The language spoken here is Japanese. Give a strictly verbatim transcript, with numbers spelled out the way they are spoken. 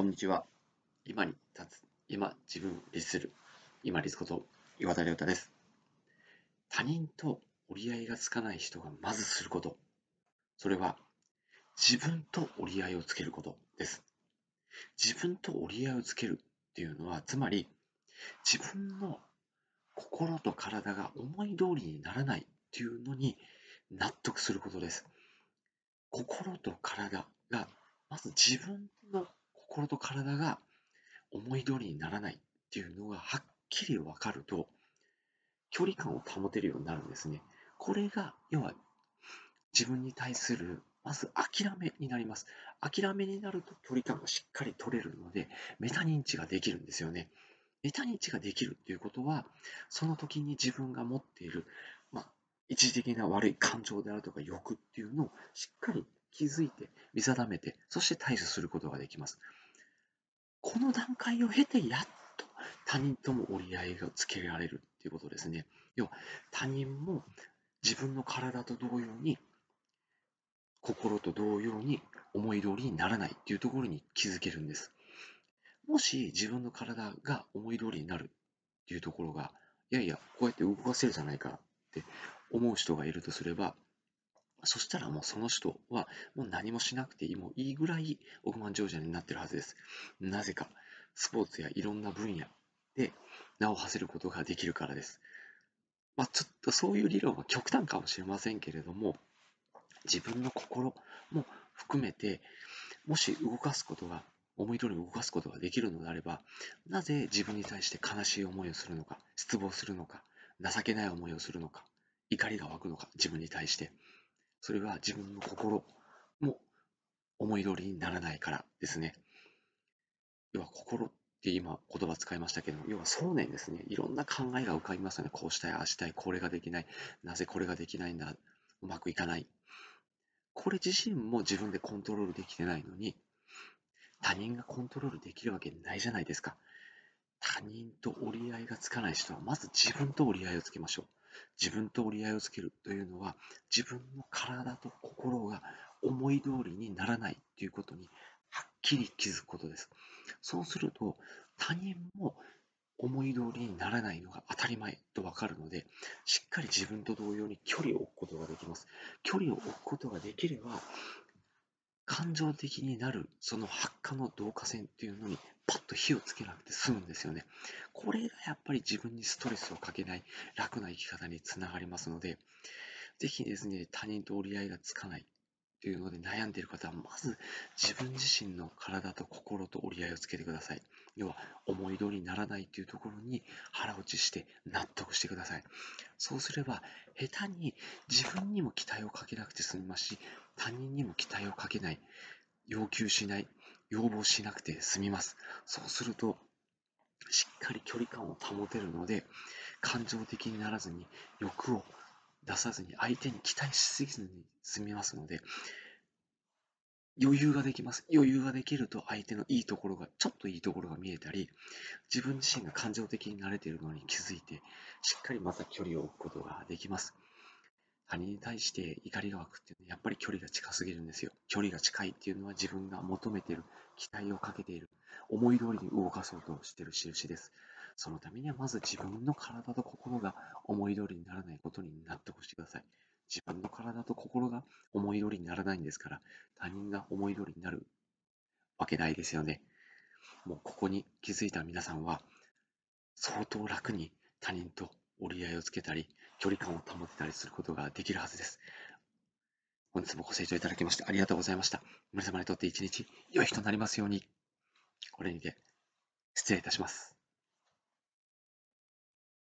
こんにちは。今に立つ、今自分を律する、今律こと岩田亮太です。他人と折り合いがつかない人がまずすること、それは自分と折り合いをつけることです。自分と折り合いをつけるっていうのは、つまり自分の心と体が思い通りにならないっていうのに納得することです。心と体が、まず自分の心と体が思い通りにならないっていうのがはっきり分かると、距離感を保てるようになるんですね。これが、要は自分に対する、まず諦めになります。諦めになると距離感がしっかり取れるので、メタ認知ができるんですよね。メタ認知ができるっていうことは、その時に自分が持っている、まあ、一時的な悪い感情であるとか欲っていうのをしっかり気づいて、見定めて、そして対処することができます。この段階を経て、やっと他人とも折り合いがつけられるっていうことですね。要は、他人も自分の体と同様に、心と同様に思い通りにならないっていうところに気づけるんです。もし自分の体が思い通りになるっていうところが、いやいや、こうやって動かせるじゃないかって思う人がいるとすれば、そしたらもうその人はもう何もしなくていい、もういいぐらい億万長者になってるはずです。なぜか、スポーツやいろんな分野で名を馳せることができるからです。まあ、ちょっとそういう理論は極端かもしれませんけれども、自分の心も含めて、もし動かすことが、思い通りに動かすことができるのであれば、なぜ自分に対して悲しい思いをするのか、失望するのか、情けない思いをするのか、怒りが湧くのか、自分に対して。それは自分の心も思い通りにならないからですね。要は心って今言葉使いましたけども、要は想念ですね。いろんな考えが浮かびますよね。こうしたい、ああしたい、これができない。なぜこれができないんだ。うまくいかない。これ自身も自分でコントロールできてないのに、他人がコントロールできるわけないじゃないですか。他人と折り合いがつかない人は、まず自分と折り合いをつけましょう。自分と折り合いをつけるというのは、自分の体と心が思い通りにならないということにはっきり気づくことです。そうすると、他人も思い通りにならないのが当たり前とわかるので、しっかり自分と同様に距離を置くことができます。距離を置くことができれば、感情的になるその発火の導火線っていうのにパッと火をつけなくて済むんですよね。これがやっぱり自分にストレスをかけない楽な生き方につながりますので、ぜひですね、他人と折り合いがつかないというので悩んでいる方は、まず自分自身の体と心と折り合いをつけてください。要は、思い通りにならないというところに腹落ちして納得してください。そうすれば、下手に自分にも期待をかけなくて済みますし、他人にも期待をかけない、要求しない、要望しなくて済みます。そうすると、しっかり距離感を保てるので、感情的にならずに、欲を出さずに、相手に期待しすぎずに済みますので、余裕ができます。余裕ができると、相手のいいところが、ちょっといいところが見えたり、自分自身が感情的になれているのに気づいて、しっかりまた距離を置くことができます。他人に対して怒りが湧くっていうのは、やっぱり距離が近すぎるんですよ。距離が近いっていうのは自分が求めている、期待をかけている、思い通りに動かそうとしている印です。そのためにはまず自分の体と心が思い通りにならないことに納得してください。自分の体と心が思い通りにならないんですから、他人が思い通りになるわけないですよね。もうここに気づいた皆さんは、相当楽に他人と折り合いをつけたり、距離感を保てたりすることができるはずです。本日もご清聴いただきましてありがとうございました。皆様にとって一日良い日となりますように。これにて失礼いたします。